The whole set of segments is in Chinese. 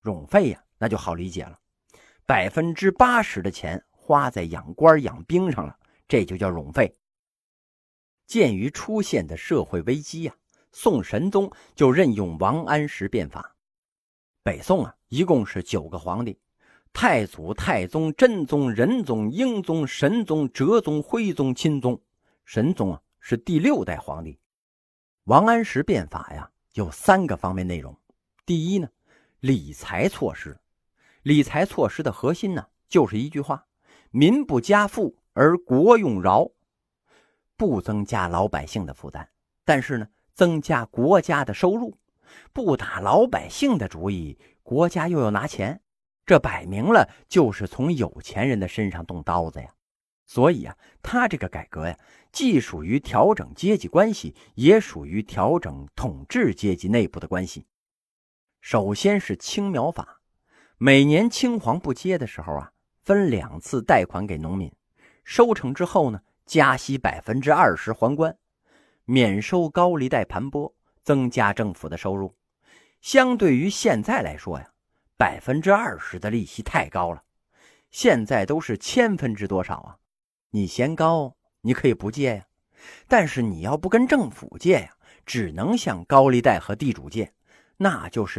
冗费呀，那就好理解了，80%的钱花在养官养兵上了，这就叫冗费。鉴于出现的社会危机呀，宋神宗就任用王安石变法。北宋啊，一共是9个皇帝，太祖、太宗、真宗、仁宗、英宗、神宗、哲宗、徽宗、钦宗。神宗啊是第6代皇帝。王安石变法呀有3个方面内容。第一呢，理财措施。理财措施的核心呢就是一句话：民不加赋而国用饶。不增加老百姓的负担，但是呢增加国家的收入。不打老百姓的主意，国家又要拿钱，这摆明了就是从有钱人的身上动刀子呀。所以啊，他这个改革呀，既属于调整阶级关系，也属于调整统治阶级内部的关系。首先是青苗法，每年青黄不接的时候啊，分2次贷款给农民，收成之后呢，加息20%还官，免收高利贷盘剥，增加政府的收入。相对于现在来说呀，20%的利息太高了，现在都是千分之多少啊？你嫌高，你可以不借呀，但是你要不跟政府借呀，只能向高利贷和地主借，那就是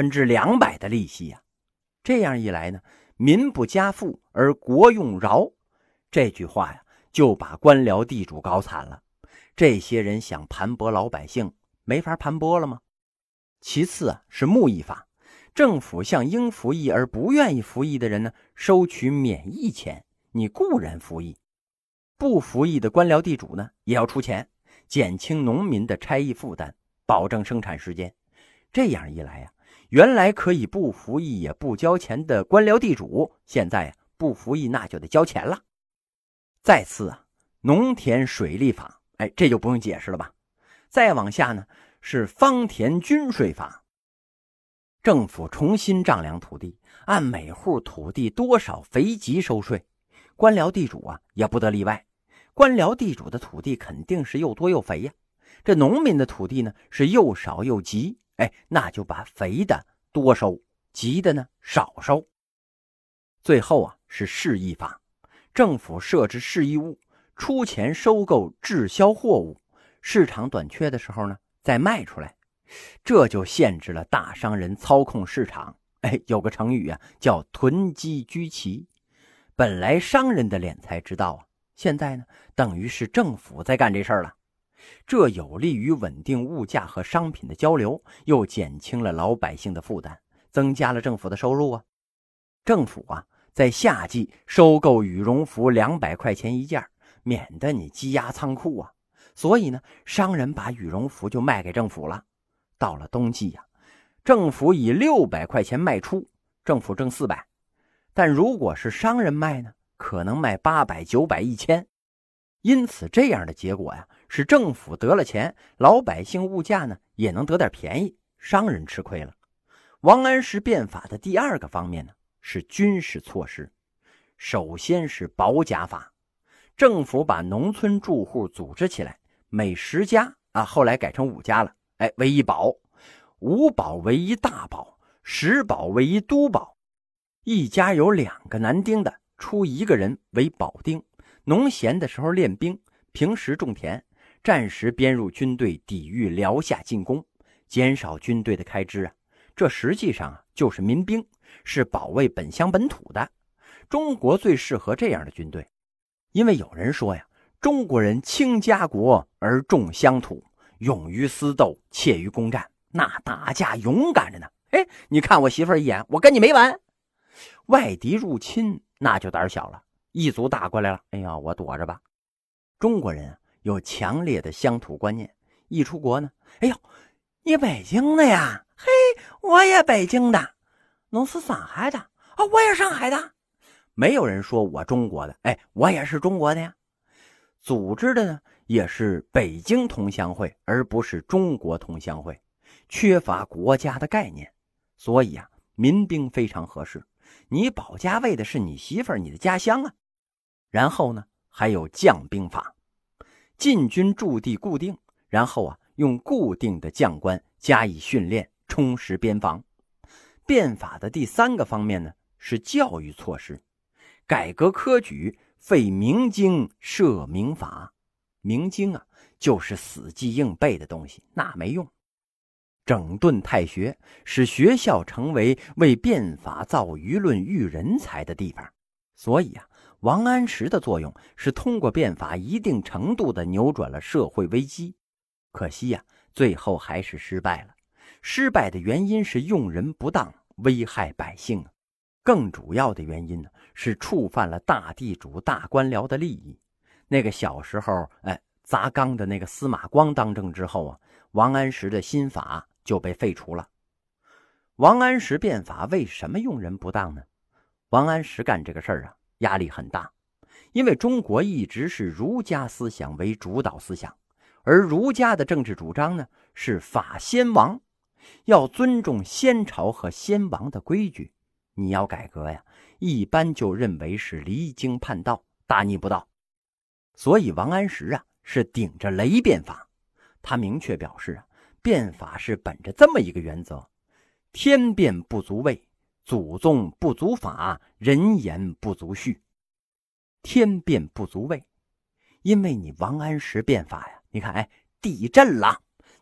200%的利息呀。这样一来呢，民不加赋而国用饶，这句话呀，就把官僚地主搞惨了。这些人想盘剥老百姓，没法盘剥了吗？其次啊，是牧役法，政府向应服役而不愿意服役的人呢，收取免役钱，你雇人服役。不服役的官僚地主呢，也要出钱，减轻农民的差役负担，保证生产时间。这样一来啊，原来可以不服役也不交钱的官僚地主，现在啊不服役那就得交钱了。再次啊，农田水利法，这就不用解释了吧。再往下呢，是方田均税法。政府重新丈量土地，按每户土地多少肥瘠收税，官僚地主啊也不得例外。官僚地主的土地肯定是又多又肥呀，这农民的土地呢是又少又瘠，那就把肥的多收，瘠的呢少收。最后啊是市役法，政府设置市役务，出钱收购滞销货物，市场短缺的时候呢再卖出来，这就限制了大商人操控市场。有个成语啊叫囤积居奇。本来商人的敛财之道啊，现在呢等于是政府在干这事儿了。这有利于稳定物价和商品的交流，又减轻了老百姓的负担，增加了政府的收入啊。政府啊在夏季收购羽绒服200块钱一件，免得你积压仓库啊。所以呢，商人把羽绒服就卖给政府了。到了冬季啊，政府以600块钱卖出，政府挣400。但如果是商人卖呢，可能卖800、900、1000。因此这样的结果呀，是政府得了钱，老百姓物价呢也能得点便宜，商人吃亏了。王安石变法的第2个方面呢，是军事措施。首先是保甲法，政府把农村住户组织起来，每10家啊，后来改成5家了，为一保，5保为一大保，10保为一督保。一家有2个男丁的，出1个人为保丁，农闲的时候练兵，平时种田，战时编入军队抵御辽夏进攻，减少军队的开支啊。这实际上就是民兵，是保卫本乡本土的。中国最适合这样的军队，因为有人说呀，中国人轻家国而重乡土，勇于私斗，怯于攻战，那打架勇敢着呢。你看我媳妇儿一眼，我跟你没完。外敌入侵那就胆小了，一族打过来了，我躲着吧。中国人有强烈的乡土观念，一出国呢，你北京的呀？嘿，我也北京的。侬是上海的啊？我也上海的。没有人说我中国的，我也是中国的呀。组织的呢也是北京同乡会，而不是中国同乡会，缺乏国家的概念。所以啊，民兵非常合适，你保家卫的是你媳妇儿，你的家乡啊。然后呢，还有将兵法，进军驻地固定，然后啊，用固定的将官加以训练，充实边防。 变法的第3个方面呢，是教育措施，改革科举，废明经，设明法。明经啊，就是死记硬背的东西，那没用。整顿太学，使学校成为为变法造舆论育人才的地方。所以啊，王安石的作用是通过变法一定程度地扭转了社会危机。可惜呀，最后还是失败了。失败的原因是用人不当，危害百姓。更主要的原因呢，是触犯了大地主大官僚的利益。那个小时候砸缸的那个司马光当政之后啊，王安石的新法就被废除了。王安石变法为什么用人不当呢？王安石干这个事儿啊，压力很大，因为中国一直是儒家思想为主导思想，而儒家的政治主张呢，是法先王，要尊重先朝和先王的规矩。你要改革呀，一般就认为是离经叛道，大逆不道。所以王安石啊，是顶着雷变法。他明确表示啊，变法是本着这么一个原则：天变不足畏，祖宗不足法，人言不足序。天变不足畏，因为你王安石变法呀，你看地震了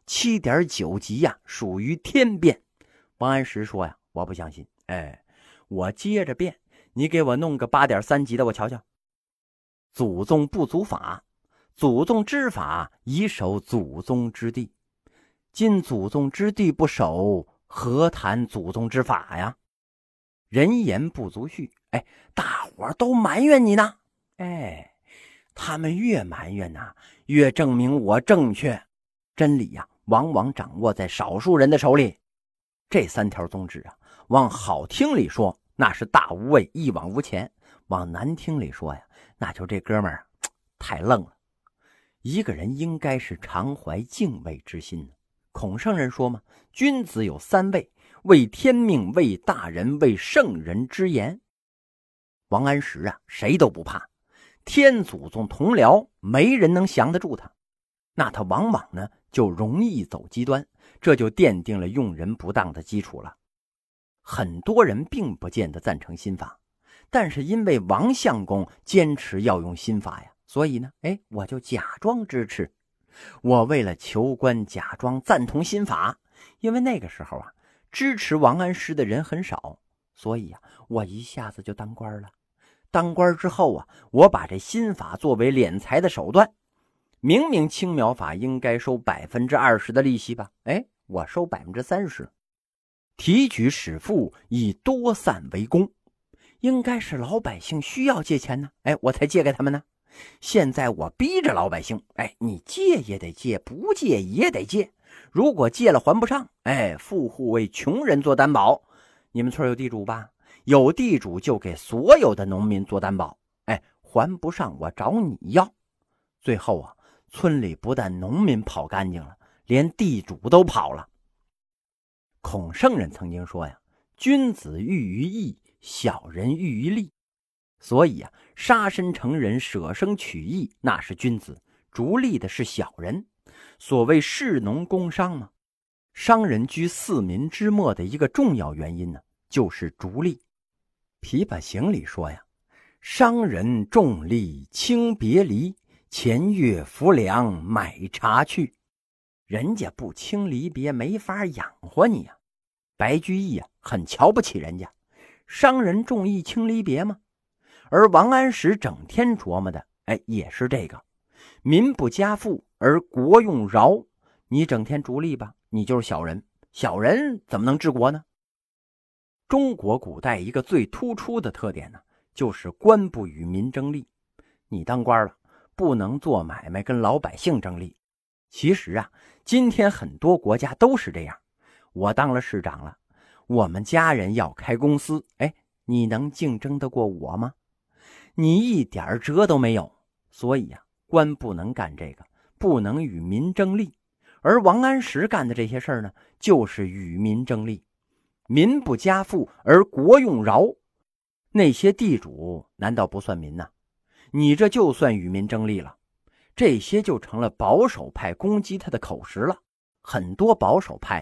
7.9 级呀，属于天变。王安石说呀，我不相信，我接着变，你给我弄个 8.3 级的我瞧瞧。祖宗不足法，祖宗之法以守祖宗之地，今祖宗之地不守，何谈祖宗之法呀？人言不足序，大伙都埋怨你呢，他们越埋怨呢，越证明我正确。真理呀，往往掌握在少数人的手里。这3条宗旨啊，往好听里说，那是大无畏，一往无前；往难听里说呀，那就这哥们儿太愣了。一个人应该是常怀敬畏之心。孔圣人说嘛，君子有3畏，畏天命，畏大人，畏圣人之言。王安石啊，谁都不怕，天祖宗同僚，没人能降得住他。那他往往呢，就容易走极端，这就奠定了用人不当的基础了。很多人并不见得赞成新法，但是因为王相公坚持要用新法呀，所以呢，我就假装支持。我为了求官，假装赞同新法，因为那个时候啊，支持王安石的人很少，所以啊，我一下子就当官了。当官之后啊，我把这新法作为敛财的手段。明明青苗法应该收 20% 的利息吧，我收 30%。提举使赋以多散为功，应该是老百姓需要借钱呢，我才借给他们呢。现在我逼着老百姓，你借也得借，不借也得借。如果借了还不上，富户为穷人做担保。你们村有地主吧？有地主就给所有的农民做担保，还不上我找你要。最后啊，村里不但农民跑干净了，连地主都跑了。孔圣人曾经说呀，君子喻于义，小人喻于利。所以啊，杀身成仁，舍生取义，那是君子，逐利的是小人。所谓士农工商嘛，商人居四民之末的一个重要原因呢，就是逐利。琵琶行里说呀，商人重利轻别离，前月浮梁买茶去。人家不轻离别，没法养活你啊。白居易啊，很瞧不起人家，商人重义轻离别吗？而王安石整天琢磨的，也是这个，民不加赋而国用饶。你整天逐利吧，你就是小人，小人怎么能治国呢？中国古代一个最突出的特点呢，就是官不与民争利。你当官了，不能做买卖跟老百姓争利。其实啊，今天很多国家都是这样。我当了市长了，我们家人要开公司，你能竞争得过我吗？你一点辙都没有。所以啊，官不能干这个，不能与民争利。而王安石干的这些事儿呢，就是与民争利。民不加赋而国用饶，那些地主难道不算民呢？你这就算与民争利了。这些就成了保守派攻击他的口实了。很多保守派啊，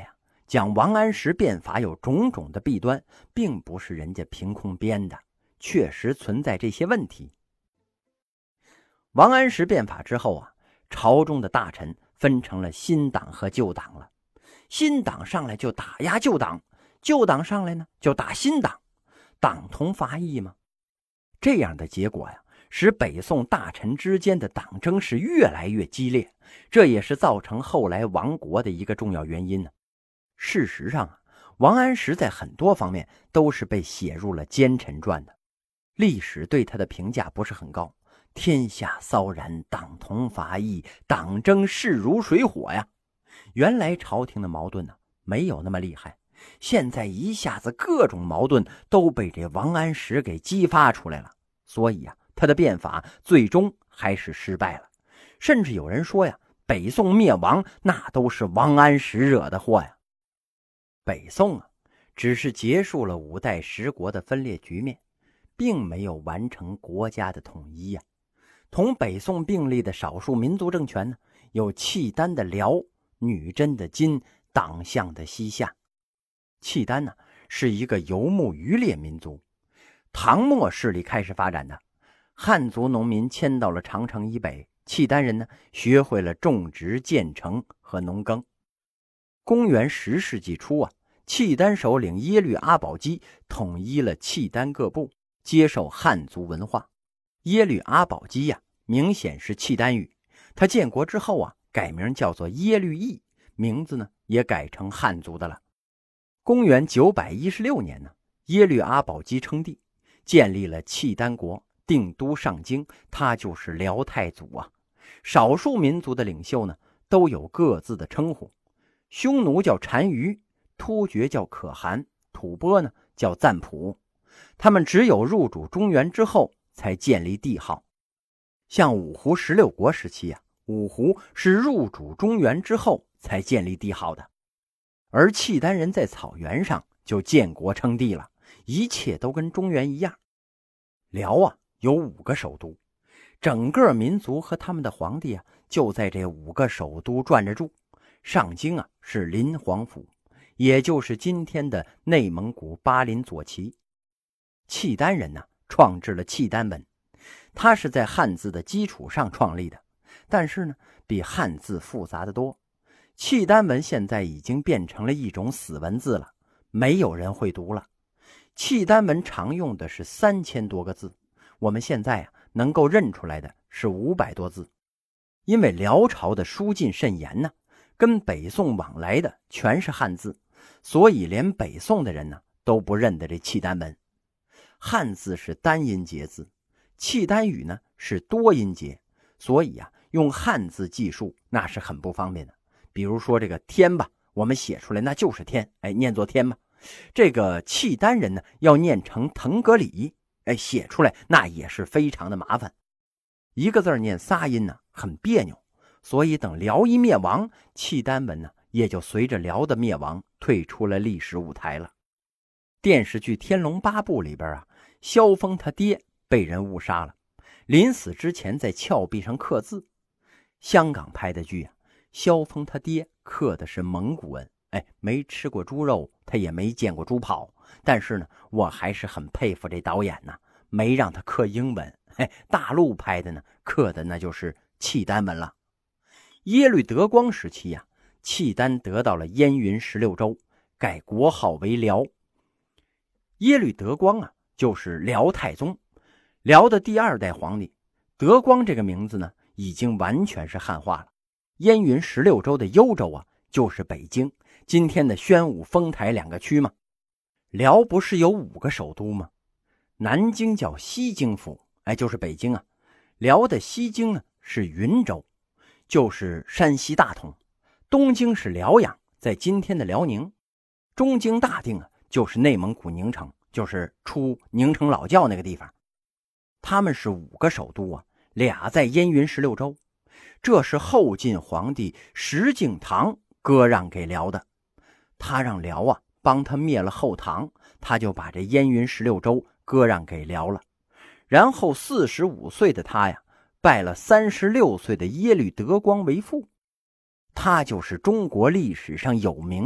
讲王安石变法有种种的弊端，并不是人家凭空编的，确实存在这些问题。王安石变法之后啊，朝中的大臣分成了新党和旧党了。新党上来就打压旧党，旧党上来呢就打新党，党同伐异嘛。这样的结果呀，使北宋大臣之间的党争是越来越激烈，这也是造成后来亡国的一个重要原因呢。事实上啊，王安石在很多方面都是被写入了奸臣传的，历史对他的评价不是很高。天下骚然，党同伐异，党争势如水火呀。原来朝廷的矛盾呢，没有那么厉害，现在一下子各种矛盾都被这王安石给激发出来了，所以啊，他的变法最终还是失败了。甚至有人说呀，北宋灭亡那都是王安石惹的祸呀。北宋啊，只是结束了5代10国的分裂局面，并没有完成国家的统一呀。同北宋并立的少数民族政权呢，有契丹的辽、女真的金、党项的西夏。契丹呢，是一个游牧渔猎民族，唐末势力开始发展的。汉族农民迁到了长城以北，契丹人呢，学会了种植、建城和农耕。公元10世纪初啊，契丹首领耶律阿保机统一了契丹各部，接受汉族文化。耶律阿保机呀，明显是契丹语。他建国之后啊，改名叫做耶律义，名字呢也改成汉族的了。公元916年呢，耶律阿保机称帝，建立了契丹国，定都上京，他就是辽太祖啊。少数民族的领袖呢，都有各自的称呼。匈奴叫单于，突厥叫可汗，吐蕃呢叫赞普。他们只有入主中原之后才建立帝号。像五胡16国时期啊，五胡是入主中原之后才建立帝号的。而契丹人在草原上就建国称帝了，一切都跟中原一样。辽啊有5个首都，整个民族和他们的皇帝啊就在这5个首都转着住。上京啊是临皇府，也就是今天的内蒙古巴林左旗。契丹人呢，创制了契丹文，它是在汉字的基础上创立的，但是呢比汉字复杂得多。契丹文现在已经变成了一种死文字了，没有人会读了。契丹文常用的是3000多个字，我们现在啊能够认出来的是500多字。因为辽朝的书禁甚严呢，跟北宋往来的全是汉字，所以连北宋的人呢都不认得这契丹文。汉字是单音节字，契丹语呢是多音节，所以啊用汉字记述那是很不方便的。比如说这个天吧，我们写出来那就是天，念作天吧。这个契丹人呢要念成腾格里，写出来那也是非常的麻烦。一个字念仨音呢很别扭，所以等辽一灭亡，契丹文呢也就随着辽的灭亡退出了历史舞台了。电视剧《天龙八部》里边啊，萧峰他爹被人误杀了，临死之前在峭壁上刻字。香港拍的剧啊，萧峰他爹刻的是蒙古文，没吃过猪肉，他也没见过猪跑，但是呢我还是很佩服这导演呢，没让他刻英文。大陆拍的呢，刻的那就是契丹文了。耶律德光时期啊，契丹得到了燕云16州，改国号为辽。耶律德光啊，就是辽太宗，辽的第2代皇帝。德光这个名字呢，已经完全是汉化了。燕云16州的幽州啊，就是北京，今天的宣武、丰台2个区嘛。辽不是有5个首都吗？南京叫西京府，就是北京啊。辽的西京呢是云州，就是山西大同。东京是辽阳，在今天的辽宁。中京大定啊，就是内蒙古宁城，就是出宁城老教那个地方。他们是5个首都啊，2在燕云16州。这是后晋皇帝石敬瑭割让给辽的，他让辽啊帮他灭了后唐，他就把这燕云16州割让给辽了。然后45岁的他呀，拜了36岁的耶律德光为父。他就是中国历史上有名的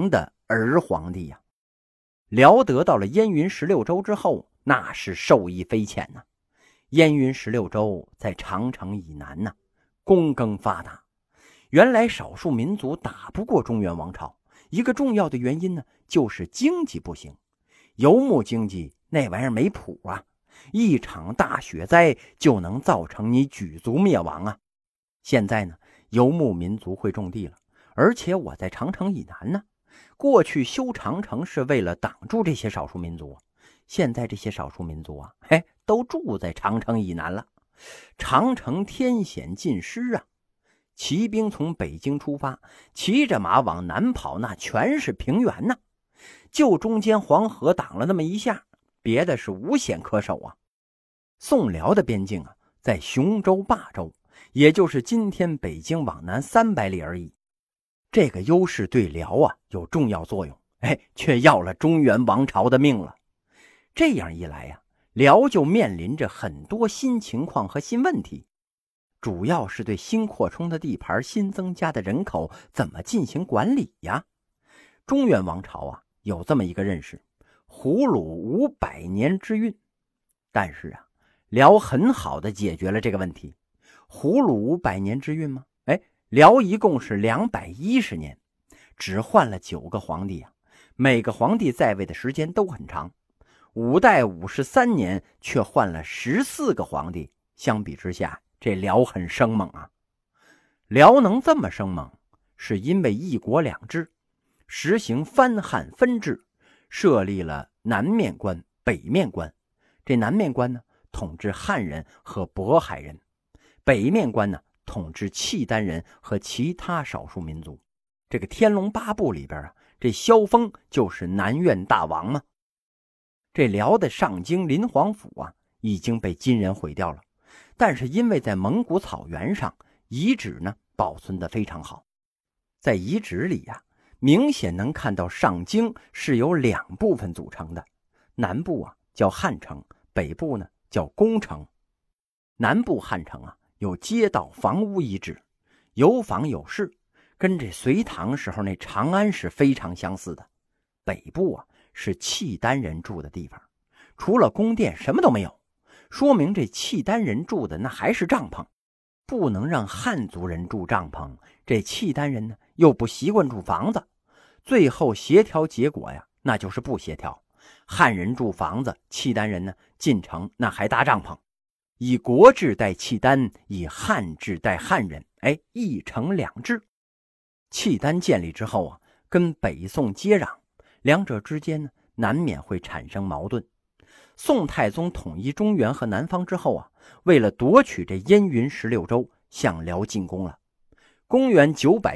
儿皇帝呀。辽得到了燕云16州之后，那是受益匪浅呐。燕云16州在长城以南呐，躬耕发达。原来少数民族打不过中原王朝，一个重要的原因呢，就是经济不行。游牧经济那玩意儿没谱啊，一场大雪灾就能造成你举族灭亡啊。现在呢，游牧民族会种地了，而且我在长城以南呢。过去修长城是为了挡住这些少数民族，现在这些少数民族啊，都住在长城以南了。长城天险尽失啊，骑兵从北京出发，骑着马往南跑，那全是平原呐，就中间黄河挡了那么一下，别的是无险可守啊。宋辽的边境啊，在雄州霸州，也就是今天北京往南300里而已。这个优势对辽啊有重要作用，却要了中原王朝的命了。这样一来呀，辽就面临着很多新情况和新问题，主要是对新扩充的地盘、新增加的人口怎么进行管理呀？中原王朝啊有这么一个认识，胡虏500年之运。但是啊，辽很好的解决了这个问题。胡虏500年之运吗？辽一共是210年，只换了9个皇帝啊，每个皇帝在位的时间都很长。5代53年却换了14个皇帝，相比之下，这辽很生猛啊。辽能这么生猛，是因为一国两制，实行藩汉分治，设立了南面关、北面关。这南面关呢，统治汉人和渤海人；北面关呢，统治契丹人和其他少数民族。这个《天龙八部》里边啊，这萧峰就是南院大王嘛。这辽的上京临皇府啊，已经被金人毁掉了，但是因为在蒙古草原上，遗址呢保存得非常好。在遗址里啊，明显能看到上京是由2部分组成的，南部啊叫汉城，北部呢叫宫城。南部汉城啊，有街道、房屋遗址，有坊有市，跟这隋唐时候那长安是非常相似的。北部啊是契丹人住的地方，除了宫殿什么都没有，说明这契丹人住的那还是帐篷，不能让汉族人住帐篷，这契丹人呢又不习惯住房子，最后协调结果呀，那就是不协调。汉人住房子，契丹人呢进城那还搭帐篷。以国制代契丹，以汉制代汉人，一城两制。契丹建立之后啊，跟北宋接壤，两者之间呢难免会产生矛盾。宋太宗统一中原和南方之后啊，为了夺取这燕云16州，向辽进攻了。公元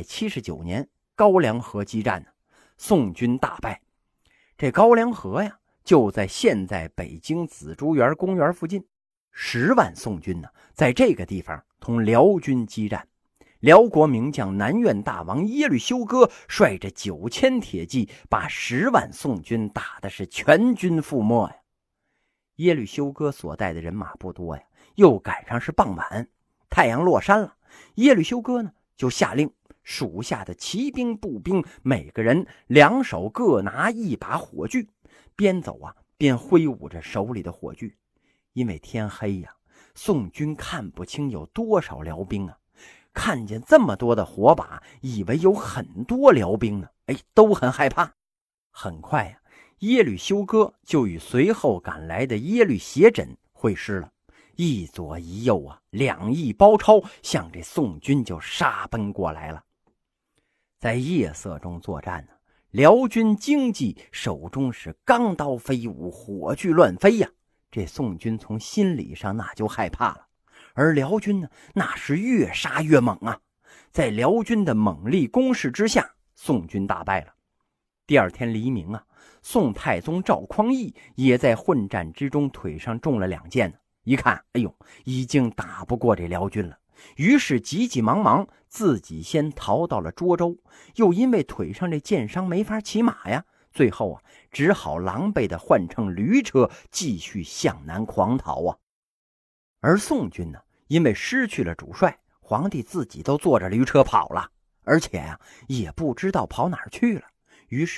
979年，高梁河激战呢，宋军大败。这高梁河呀，就在现在北京紫竹园公园附近。10万宋军呢，在这个地方同辽军激战。辽国名将南院大王耶律休哥率着9000铁骑，把10万宋军打的是全军覆没呀。耶律休哥所带的人马不多呀，又赶上是傍晚，太阳落山了。耶律休哥呢，就下令属下的骑兵、步兵每个人2手各拿1把火炬，边走啊边挥舞着手里的火炬。因为天黑呀，宋军看不清有多少辽兵啊，看见这么多的火把，以为有很多辽兵呢，都很害怕。很快呀，耶律休哥就与随后赶来的耶律斜轸会师了，一左一右啊，2翼包抄，向这宋军就杀奔过来了。在夜色中作战呢，辽军精骑手中是钢刀飞舞，火炬乱飞呀。这宋军从心理上那就害怕了，而辽军呢，那是越杀越猛啊。在辽军的猛力攻势之下，宋军大败了。第2天黎明啊，宋太宗赵匡胤也在混战之中腿上中了2箭，一看已经打不过这辽军了，于是急急忙忙自己先逃到了涿州，又因为腿上这箭伤没法骑马呀，最后啊只好狼狈地换乘驴车继续向南狂逃啊。而宋军呢，因为失去了主帅，皇帝自己都坐着驴车跑了，而且也不知道跑哪儿去了，于是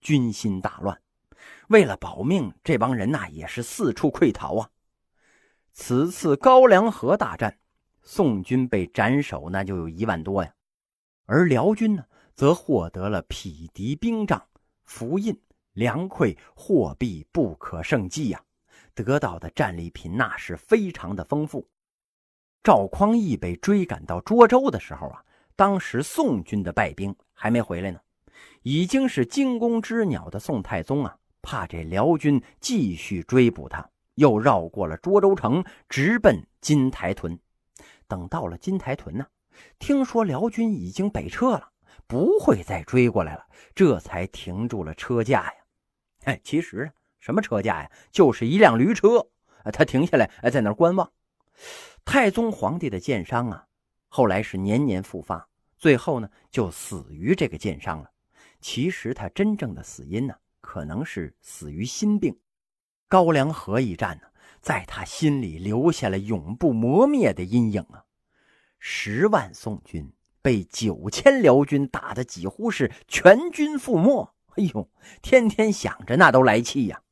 军心大乱。为了保命，这帮人也是四处溃逃啊。此次高梁河大战，宋军被斩首那就有1万多呀，而辽军呢，则获得了匹敌兵仗、符印、粮馈、货币不可胜计呀，得到的战利品那是非常的丰富。赵匡胤被追赶到涿州的时候当时宋军的败兵还没回来呢，已经是惊弓之鸟的宋太宗怕这辽军继续追捕他，又绕过了涿州城，直奔金台屯。等到了金台屯听说辽军已经北撤了，不会再追过来了，这才停住了车驾呀。其实什么车驾呀，就是一辆驴车，他停下来在那儿观望。太宗皇帝的箭伤后来是年年复发，最后呢就死于这个箭伤了。其实他真正的死因可能是死于心病。高梁河一战在他心里留下了永不磨灭的阴影10万宋军被9000辽军打得几乎是全军覆没。哎呦，天天想着那都来气呀。